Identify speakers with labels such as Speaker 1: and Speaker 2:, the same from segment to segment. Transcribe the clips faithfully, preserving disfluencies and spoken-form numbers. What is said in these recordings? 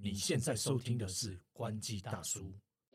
Speaker 1: 你现在收听的是关机大叔。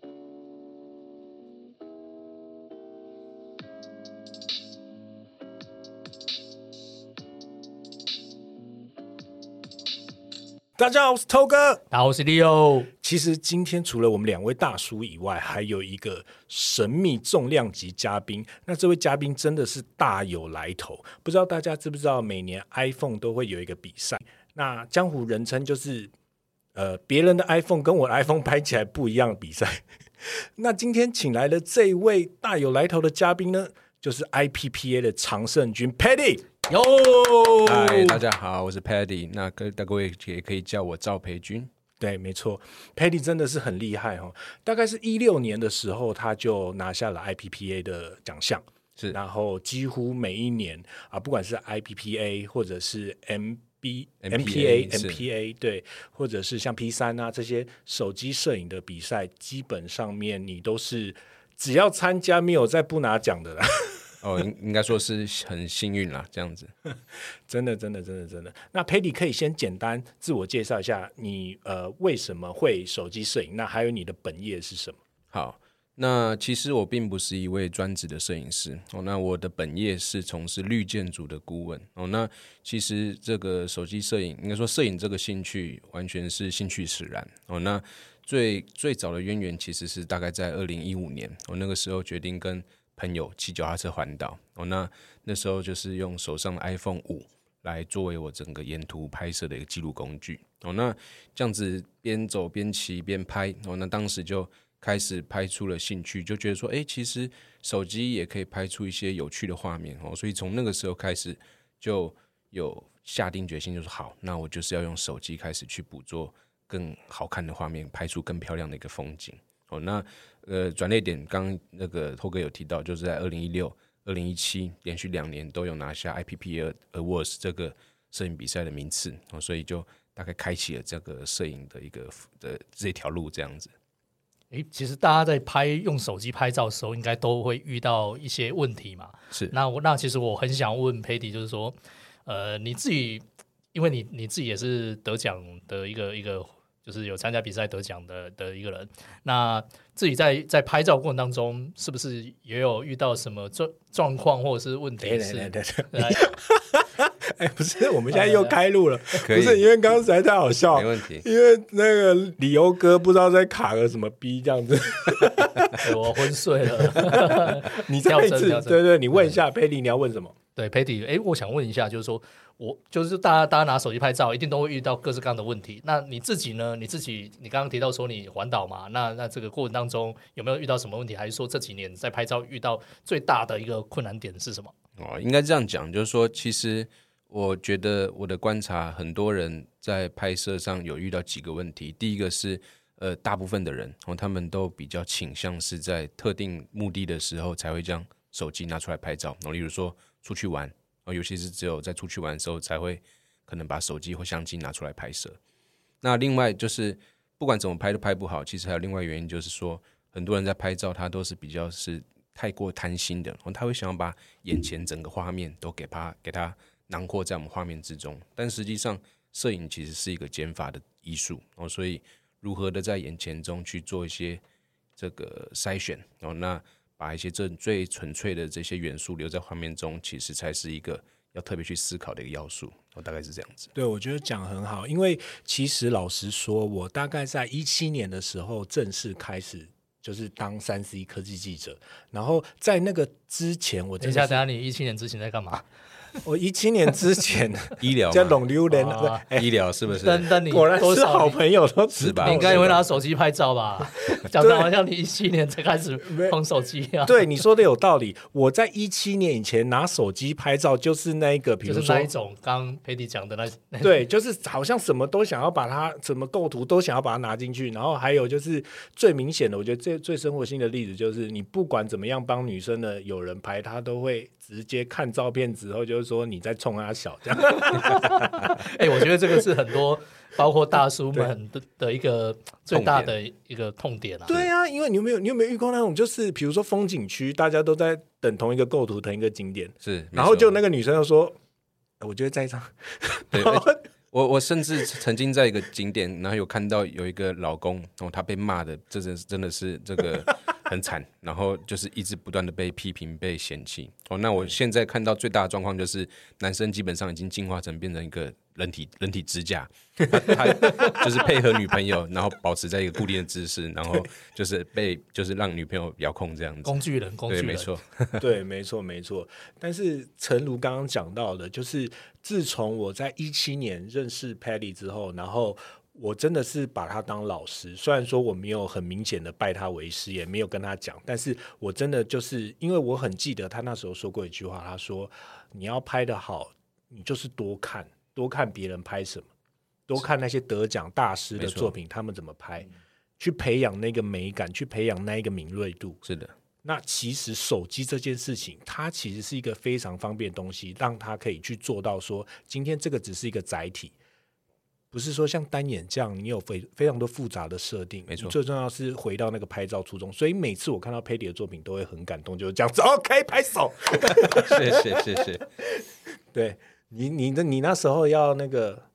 Speaker 1: 大家好，我是头哥。
Speaker 2: 大家好，我是 Leo。
Speaker 1: 其实今天除了我们两位大叔以外，还有一个神秘重量级嘉宾。那这位嘉宾真的是大有来头，不知道大家知不知道，每年 iPhone 都会有一个比赛，那江湖人称就是呃，别人的 iPhone 跟我的 iPhone 拍起来不一样的比赛。那今天请来的这一位大有来头的嘉宾呢，就是 I P P A 的常胜军 Paddy。
Speaker 2: 哟，
Speaker 3: 嗨，大家好，我是 Paddy。那各位也可以叫我赵培军。
Speaker 1: 对，没错 ，Paddy 真的是很厉害哦。大概是一六年的时候，他就拿下了 I P P A 的奖项，
Speaker 3: 是，
Speaker 1: 然后几乎每一年啊，不管是 I P P A 或者是 M B M P A M P A 对，或者是像 P 三 啊这些手机摄影的比赛，基本上面你都是只要参加，没有再不拿奖的啦。
Speaker 3: 哦，应该说是很幸运啦，这样子。
Speaker 1: 真的，真的，真的，真的。那 Paddy 可以先简单自我介绍一下你，呃为什么会手机摄影？那还有你的本业是什么？
Speaker 3: 好，那其实我并不是一位专职的摄影师哦，那我的本业是从事绿建筑的顾问哦。那其实这个手机摄影，应该说摄影这个兴趣完全是兴趣使然哦。那最最早的渊源其实是大概在二零一五年，我、哦、那个时候决定跟朋友骑脚踏车环岛哦，那那时候就是用手上的 iPhone 五来作为我整个沿途拍摄的一个记录工具哦。那这样子边走边骑边拍哦，那当时就开始拍出了兴趣，就觉得说，哎，其实手机也可以拍出一些有趣的画面哦。所以从那个时候开始就有下定决心，就是好，那我就是要用手机开始去捕捉更好看的画面，拍出更漂亮的一个风景哦。那呃，转捩点刚刚那个头哥有提到，就是在二零一六、二零一七连续两年都有拿下 I P P A Awards 这个摄影比赛的名次哦，所以就大概开启了这个摄影的一个的这条路这样子。
Speaker 2: 诶，其实大家在拍用手机拍照的时候，应该都会遇到一些问题嘛。
Speaker 3: 是，
Speaker 2: 那我那其实我很想问 Paddy， 就是说，呃，你自己，因为你你自己也是得奖的一个一个。就是有参加比赛得奖的的一个人，那自己在在拍照过程当中，是不是也有遇到什么状状况或者是问题是？
Speaker 1: 对对对对。哎，不是，我们现在又开录了，
Speaker 3: 可以，
Speaker 1: 不是因为刚刚实在太好笑，
Speaker 3: 没问题。
Speaker 1: 因为那个李欧哥不知道在卡个什么逼这样子，
Speaker 2: 我昏睡了。
Speaker 1: 你再一次，对对，你问一下 Paddy， 你要问什么？
Speaker 2: 对 Paddy， 哎，我想问一下，就是说，我就是大家大家拿手机拍照，一定都会遇到各式各样的问题。那你自己呢？你自己，你刚刚提到说你环岛嘛，那那这个过程当中有没有遇到什么问题？还是说这几年在拍照遇到最大的一个困难点是什么？
Speaker 3: 哦，应该这样讲，就是说，其实我觉得我的观察，很多人在拍摄上有遇到几个问题。第一个是，呃，大部分的人哦，他们都比较倾向是在特定目的的时候才会将手机拿出来拍照。哦，例如说出去玩，哦，尤其是只有在出去玩的时候才会可能把手机或相机拿出来拍摄。那另外就是不管怎么拍都拍不好，其实还有另外原因，就是说很多人在拍照他都是比较是太过贪心的，哦，他会想要把眼前整个画面都给他给他囊括在我们画面之中。但实际上摄影其实是一个减法的艺术，哦，所以如何的在眼前中去做一些这个筛选，哦，那把一些这最纯粹的这些元素留在画面中，其实才是一个要特别去思考的一个要素。我大概是这样子。
Speaker 1: 对，我觉得讲很好，因为其实老实说，我大概在一七年的时候正式开始就是当三 C 科技记者，然后在那个之前，我
Speaker 2: 等一下，等一下，你一七年之前在干嘛？
Speaker 1: 我一七年之前
Speaker 3: 医疗
Speaker 1: 在弄榴莲，
Speaker 3: 医疗是不是？
Speaker 2: 但但你
Speaker 1: 果然是好朋友都知道，
Speaker 2: 你应该会拿手机拍照吧？讲的好像你一七年才开始碰手机啊。
Speaker 1: 对，你说的有道理。我在一七年以前拿手机拍照，就是那一个，比如说、
Speaker 2: 就是、那一种，刚刚Paddy讲的那，那
Speaker 1: 对，就是好像什么都想要把它，什么构图都想要把它拿进去。然后还有就是最明显的，我觉得最最生活性的例子就是，你不管怎么样帮女生的有人拍，他都会直接看照片之后，就是说你在冲他小这样。
Speaker 2: 哎、欸，我觉得这个是很多包括大叔们 的, 的一个最大的一个痛点啊。
Speaker 1: 对啊，因为你有没有你有没有遇过那种，就是比如说风景区，大家都在等同一个构图、同一个景点，
Speaker 3: 是，
Speaker 1: 然后就那个女生就说：“我觉得在一张。”然后
Speaker 3: 我我甚至曾经在一个景点，然后有看到有一个老公，然后他被骂的，这真真的是这个很惨，然后就是一直不断的被批评、被嫌弃。哦，那我现在看到最大的状况就是，男生基本上已经进化成变成一个人体人体支架，他他就是配合女朋友，然后保持在一个固定的姿势，然后就是被就是让女朋友遥控这样子。
Speaker 2: 工具人，工具人，
Speaker 3: 对，没错，
Speaker 1: 对，没错，没错。但是诚如刚刚讲到的，就是自从我在一七年认识 Patty 之后，然后我真的是把他当老师。虽然说我没有很明显的拜他为师，也没有跟他讲，但是我真的就是因为我很记得他那时候说过一句话，他说：“你要拍得好，你就是多看，多看别人拍什么，多看那些得奖大师的作品，他们怎么拍，去培养那个美感，去培养那一个敏锐度。”
Speaker 3: 是的。
Speaker 1: 那其实手机这件事情，它其实是一个非常方便的东西，让它可以去做到说，今天这个只是一个载体，不是说像单眼这样，你有非非常多复杂的设定。
Speaker 3: 没错，
Speaker 1: 最重要是回到那个拍照初衷。所以每次我看到 Patty 的作品，都会很感动，就是这样子。OK， 拍手，
Speaker 3: 谢谢谢谢。
Speaker 1: 对你，你的你那时候要那个。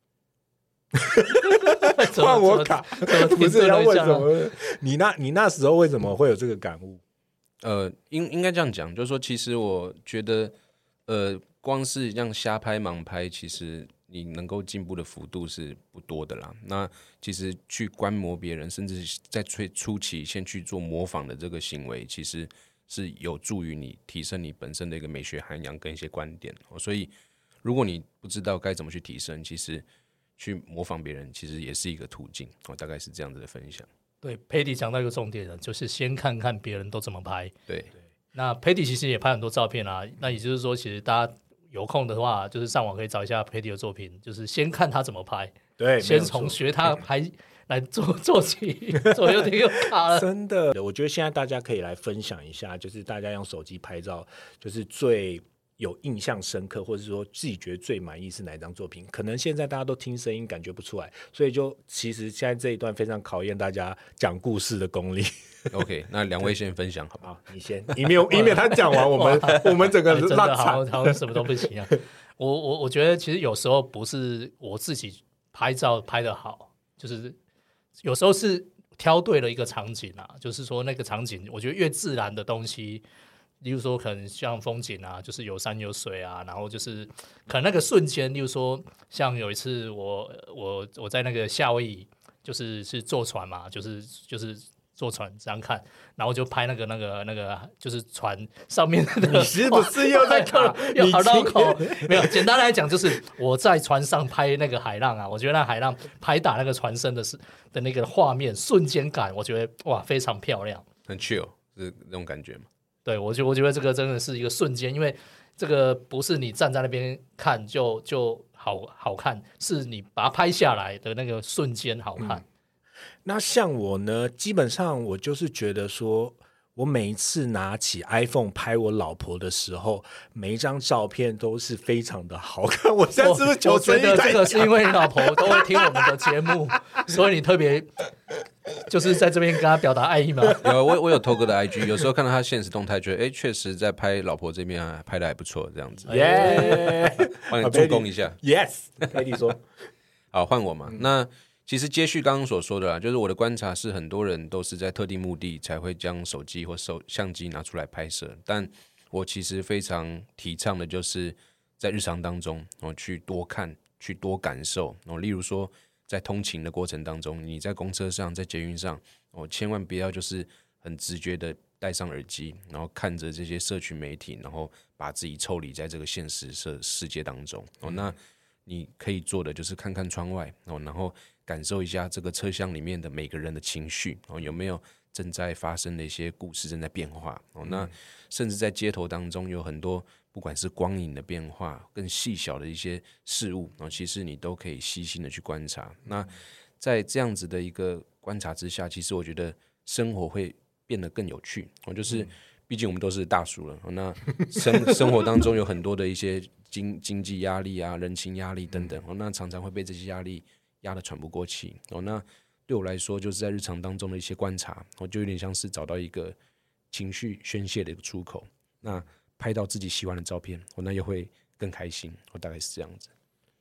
Speaker 1: 换我卡，不是要问什么？你那，你那时候为什么会有这个感悟？
Speaker 3: 呃，应应该这样讲，就是说，其实我觉得，呃，光是这样瞎拍、盲拍，其实你能够进步的幅度是不多的啦。那其实去观摩别人，甚至在最初期先去做模仿的这个行为，其实是有助于你提升你本身的一个美学涵养跟一些观点。所以，如果你不知道该怎么去提升，其实去模仿别人其实也是一个途径，哦，大概是这样子的分享。
Speaker 2: 对 ，Patty 讲到一个重点了，就是先看看别人都怎么拍。
Speaker 3: 对，
Speaker 2: 那 Patty 其实也拍很多照片啊，那也就是说，其实大家有空的话，就是上网可以找一下 Patty 的作品，就是先看他怎么拍，
Speaker 1: 对，
Speaker 2: 先从学他拍来做做起，左右挺有卡了。
Speaker 1: 真的，我觉得现在大家可以来分享一下，就是大家用手机拍照，就是最有印象深刻，或者是说自己觉得最满意是哪一张作品？可能现在大家都听声音感觉不出来，所以就其实现在这一段非常考验大家讲故事的功力。
Speaker 3: OK， 那两位先分享好不好？
Speaker 1: 好，你先，以免以免他讲完，我们我们整个
Speaker 2: 真的
Speaker 1: 烂
Speaker 2: 好像好像什么都不行啊。我我我觉得其实有时候不是我自己拍照拍得好，就是有时候是挑对了一个场景啊，就是说那个场景，我觉得越自然的东西。例如说可能像风景啊，就是有山有水啊，然后就是可能那个瞬间，例如说像有一次我我我在那个夏威夷，就是是坐船嘛，就是就是坐船这样看，然后就拍那个那个那个就是船上面的，
Speaker 1: 你是不是又在卡？
Speaker 2: 又好绕口？没有，简单来讲就是我在船上拍那个海浪啊，我觉得那海浪拍打那个船身的是的那个画面瞬间感，我觉得哇非常漂亮，
Speaker 3: 很 chill 是那种感觉吗？
Speaker 2: 对，我觉得我觉得这个真的是一个瞬间，因为这个不是你站在那边看就就好好看，是你把它拍下来的那个瞬间好看。嗯，
Speaker 1: 那像我呢，基本上我就是觉得说，我每一次拿起 iPhone 拍我老婆的时候，每一张照片都是非常的好看。我现在是不是求生欲太强？
Speaker 2: 我觉得这个是因为你老婆都会听我们的节目，所以你特别就是在这边跟他表达爱意吗？
Speaker 3: 有，我我有偷哥的 I G， 有时候看到他现实动态，觉得哎，确实在拍老婆这边啊，拍的还不错，这样子。
Speaker 1: 耶，
Speaker 3: 帮你助攻一下。
Speaker 1: Yes，Patty 说，
Speaker 3: 好，换我嘛。嗯，那其实接续刚刚所说的啦，就是我的观察是，很多人都是在特定目的才会将手机或手相机拿出来拍摄，但我其实非常提倡的就是在日常当中，哦，去多看，去多感受。哦，例如说，在通勤的过程当中，你在公车上，在捷运上，哦，千万不要就是很直觉的戴上耳机，然后看着这些社群媒体，然后把自己抽离在这个现实世世界当中。哦，那你可以做的就是看看窗外，哦，然后感受一下这个车厢里面的每个人的情绪，哦，有没有正在发生的一些故事正在变化。哦，那甚至在街头当中有很多不管是光影的变化，更细小的一些事物，哦，其实你都可以细心的去观察。那在这样子的一个观察之下，其实我觉得生活会变得更有趣。哦，就是毕竟我们都是大叔了，哦，那生生活当中有很多的一些经经济压力啊、人情压力等等，哦，那常常会被这些压力压得喘不过气。哦，那对我来说，就是在日常当中的一些观察，我就有点像是找到一个情绪宣泄的一个出口。那拍到自己喜欢的照片，我那又会更开心。我大概是这样子。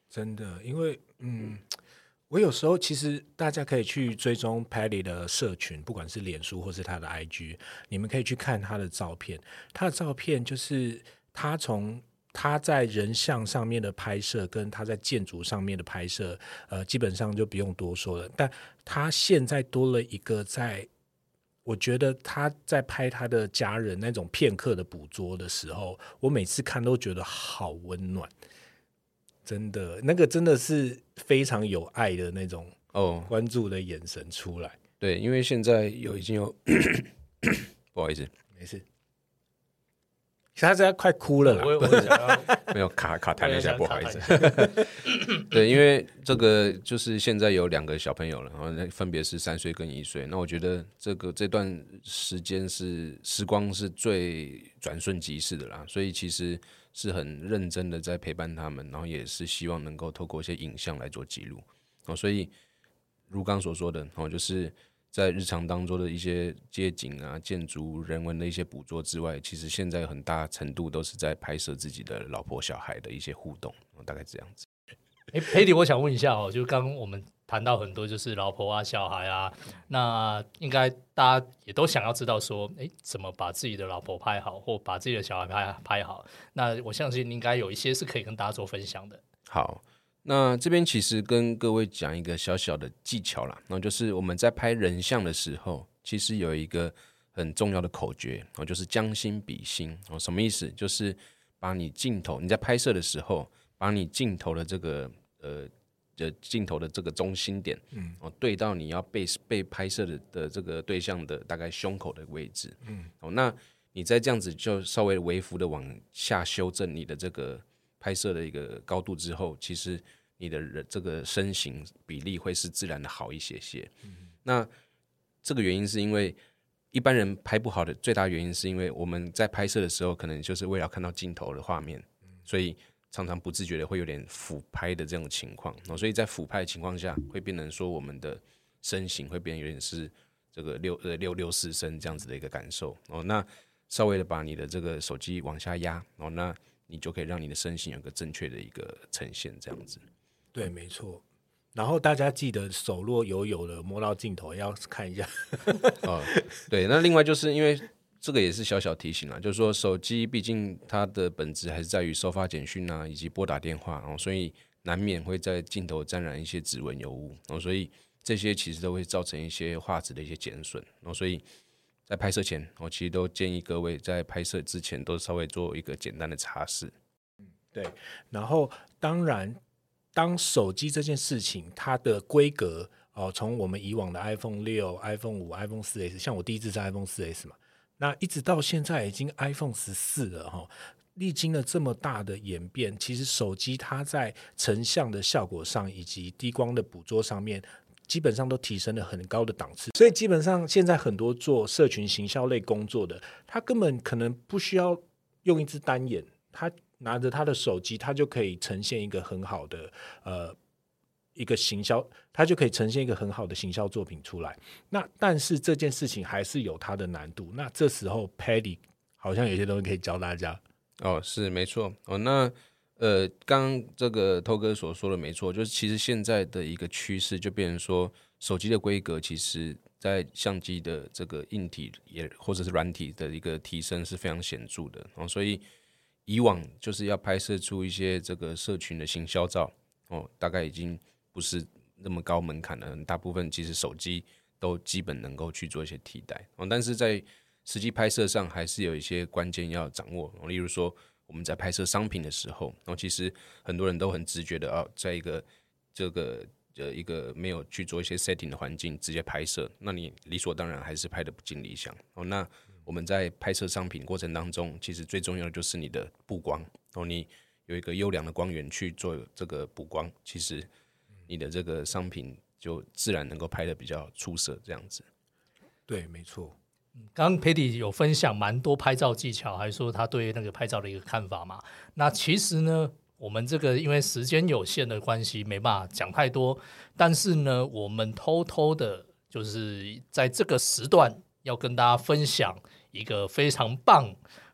Speaker 1: 真的，因为嗯。我有时候其实大家可以去追踪 Patty 的社群，不管是脸书或是他的 I G， 你们可以去看他的照片。他的照片就是他从他在人像上面的拍摄跟他在建筑上面的拍摄，呃，基本上就不用多说了。但他现在多了一个在，我觉得他在拍他的家人那种片刻的捕捉的时候，我每次看都觉得好温暖。真的，那个真的是非常有爱的那种
Speaker 3: 哦，
Speaker 1: 关注的眼神出来。
Speaker 3: 对，因为现在有已经有不好意思，
Speaker 1: 没事，他现在快哭了啦。
Speaker 2: 我我想要
Speaker 3: 没有卡卡弹了一下，不好意思。对，因为这个就是现在有两个小朋友了，然后分别是三岁跟一岁。那我觉得这个这段时间是时光是最转瞬即逝的啦，所以其实是很认真的在陪伴他们，然后也是希望能够透过一些影像来做记录。哦，所以如刚所说的，哦，就是在日常当中的一些街景啊、建筑、人文的一些捕捉之外，其实现在很大程度都是在拍摄自己的老婆、小孩的一些互动，哦，大概这样子。
Speaker 2: 哎，Patty，我想问一下哦，就刚刚我们谈到很多就是老婆啊、小孩啊，那应该大家也都想要知道说，哎，怎么把自己的老婆拍好，或把自己的小孩拍拍好？那我相信应该有一些是可以跟大家做分享的。
Speaker 3: 好，那这边其实跟各位讲一个小小的技巧啦，然后就是我们在拍人像的时候，其实有一个很重要的口诀，然后就是将心比心。哦，什么意思？就是把你镜头你在拍摄的时候，把你镜头的这个呃的镜头的这个中心点，嗯，哦，对到你要被被拍摄的的这个对象的大概胸口的位置，嗯，哦，那你再这样子就稍微微幅的往下修正你的这个拍摄的一个高度之后，其实你的人这个身形比例会是自然的好一些些。嗯，那这个原因是因为一般人拍不好的最大原因是因为我们在拍摄的时候可能就是为了看到镜头的画面，所以常常不自觉的会有点俯拍的这种情况，哦，所以在俯拍的情况下会变成说我们的身形会变得有点是这个六呃六六四身这样子的一个感受，哦，那稍微的把你的这个手机往下压，哦，那你就可以让你的身形有个正确的一个呈现这样子。
Speaker 1: 对，没错。然后大家记得手若有有的摸到镜头要看一下。
Speaker 3: 哦，对，那另外就是因为这个也是小小提醒啦，就是说手机毕竟它的本质还是在于收发简讯啊，以及拨打电话，哦，所以难免会在镜头沾染一些指纹油污，哦，所以这些其实都会造成一些画质的一些减损，哦，所以在拍摄前，我其实都建议各位在拍摄之前都稍微做一个简单的查试。
Speaker 1: 对，然后当然，当手机这件事情它的规格哦，从我们以往的 iPhone 六、iPhone 五、iPhone 四 S， 像我第一支是 iPhone 四 S 嘛，那一直到现在已经 iPhone 十四了哈，历经了这么大的演变，其实手机它在成像的效果上以及低光的捕捉上面，基本上都提升了很高的档次，所以基本上现在很多做社群行销类工作的，他根本可能不需要用一支单眼，他拿着他的手机，他就可以呈现一个很好的呃一个行销，他就可以呈现一个很好的行销作品出来。那但是这件事情还是有它的难度，那这时候 Patty 好像有些东西可以教大家。
Speaker 3: 哦，是没错哦。那呃，刚刚这个偷哥所说的没错，就是其实现在的一个趋势就变成说，手机的规格其实在相机的这个硬体也或者是软体的一个提升是非常显著的，哦，所以以往就是要拍摄出一些这个社群的行销照，哦，大概已经不是那么高门槛了，大部分其实手机都基本能够去做一些替代，哦，但是在实际拍摄上还是有一些关键要掌握，例如说我们在拍摄商品的时候，然后其实很多人都很直觉的啊，在一个这个呃一个没有去做一些 setting 的环境直接拍摄，那你理所当然还是拍得不尽理想。哦，那我们在拍摄商品过程当中，其实最重要的就是你的布光，哦，你有一个优良的光源去做这个补光，其实你的这个商品就自然能够拍得比较出色，这样子。
Speaker 1: 对，没错。
Speaker 2: 刚刚 Patty 有分享蛮多拍照技巧，还说他对那个拍照的一个看法嘛。那其实呢，我们这个因为时间有限的关系，没办法讲太多。但是呢，我们偷偷的，就是在这个时段要跟大家分享一个非常棒、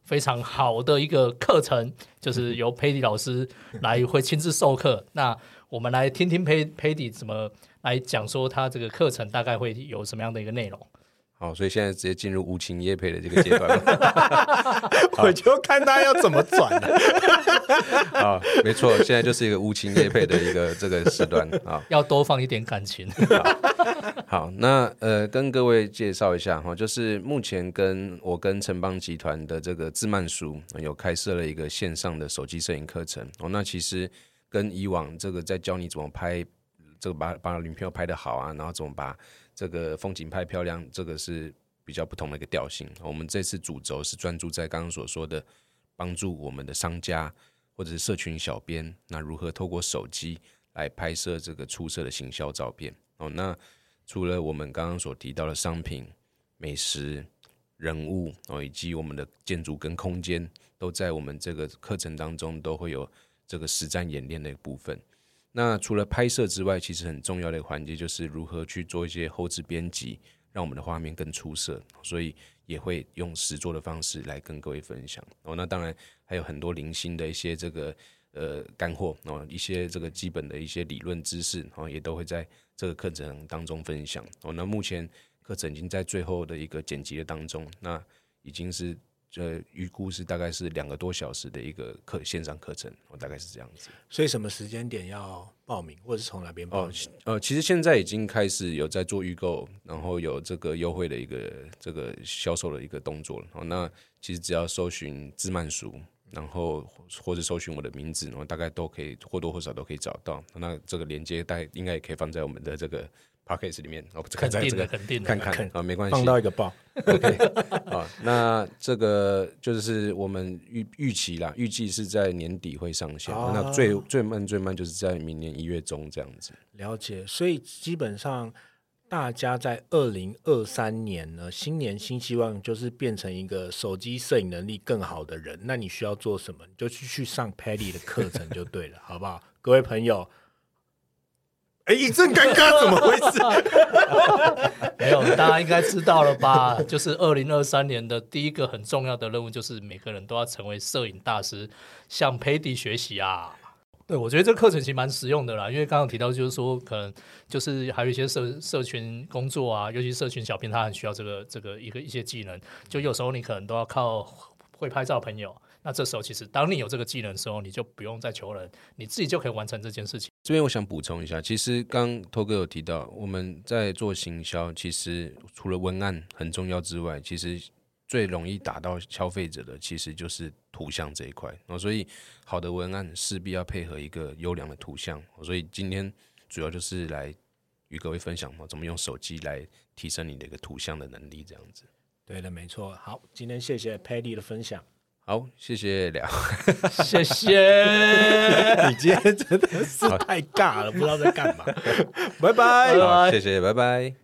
Speaker 2: 非常好的一个课程，就是由 Paddy 老师来会亲自授课。那我们来听听 Paddy 怎么来讲说他这个课程大概会有什么样的一个内容。
Speaker 3: 好，所以现在直接进入无情业配的这个阶段了。
Speaker 1: 我就看他要怎么转了。
Speaker 3: 好，没错，现在就是一个无情业配的一个这个时段啊，
Speaker 2: 要多放一点感情。
Speaker 3: 好，好那呃，跟各位介绍一下哈，就是目前跟我跟城邦集团的这个自慢书有开设了一个线上的手机摄影课程哦。那其实跟以往这个在教你怎么拍这个把把女朋友拍得好啊，然后怎么把这个风景拍漂亮，这个是比较不同的一个调性。我们这次主轴是专注在刚刚所说的帮助我们的商家或者是社群小编，那如何透过手机来拍摄这个出色的行销照片。哦，那除了我们刚刚所提到的商品、美食、人物哦，以及我们的建筑跟空间，都在我们这个课程当中都会有这个实战演练的一个部分。那除了拍摄之外，其实很重要的一个环节就是如何去做一些后置编辑，让我们的画面更出色，所以也会用实作的方式来跟各位分享。哦，那当然还有很多零星的一些这个呃干货哦，一些这个基本的一些理论知识哦，也都会在这个课程当中分享。哦，那目前课程已经在最后的一个剪辑的当中，那已经是呃预估是大概是两个多小时的一个课线上课程，哦，大概是这样子。
Speaker 1: 所以什么时间点要报名，或者是从哪边报名？
Speaker 3: 哦，呃，其实现在已经开始有在做预购，然后有这个优惠的一个这个销售的一个动作了。哦，那其实只要搜寻自慢书，然后或者搜寻我的名字，然后大概都可以或多或少都可以找到。那这个连接大概应该也可以放在我们的这个 podcast 里面，哦，
Speaker 2: 肯定的，
Speaker 3: 这个
Speaker 2: 肯定的，
Speaker 3: 看看啊，没关系，
Speaker 1: 放到一个报。
Speaker 3: OK， 啊，那这个就是我们预预期啦，预计是在年底会上线，
Speaker 1: 哦，
Speaker 3: 那最最慢最慢就是在明年一月中这样子。
Speaker 1: 了解，所以基本上大家在二零二三年呢，新年新希望就是变成一个手机摄影能力更好的人。那你需要做什么？你就去去上 Paddy 的课程就对了，好不好？各位朋友。哎，一阵尴尬，怎么回事？
Speaker 2: 没有，大家应该知道了吧？就是二零二三年的第一个很重要的任务，就是每个人都要成为摄影大师，向 Paddy 学习啊！对，我觉得这个课程其实蛮实用的啦，因为刚刚提到就是说，可能就是还有一些社社群工作啊，尤其是社群小编，他很需要这个这个一个一些技能，就有时候你可能都要靠会拍照的朋友。那这时候其实当你有这个技能的时候，你就不用再求人，你自己就可以完成这件事情。
Speaker 3: 这边我想补充一下，其实刚头哥有提到，我们在做行销，其实除了文案很重要之外，其实最容易打到消费者的其实就是图像这一块，所以好的文案势必要配合一个优良的图像，所以今天主要就是来与各位分享怎么用手机来提升你的一个图像的能力，这样子。
Speaker 1: 对的，没错。好，今天谢谢 Paddy 的分享。
Speaker 3: 好，谢谢了，
Speaker 2: 谢谢。
Speaker 1: 你今天真的是太尬了，不知道在干嘛。拜拜，
Speaker 3: 好，谢谢，拜拜。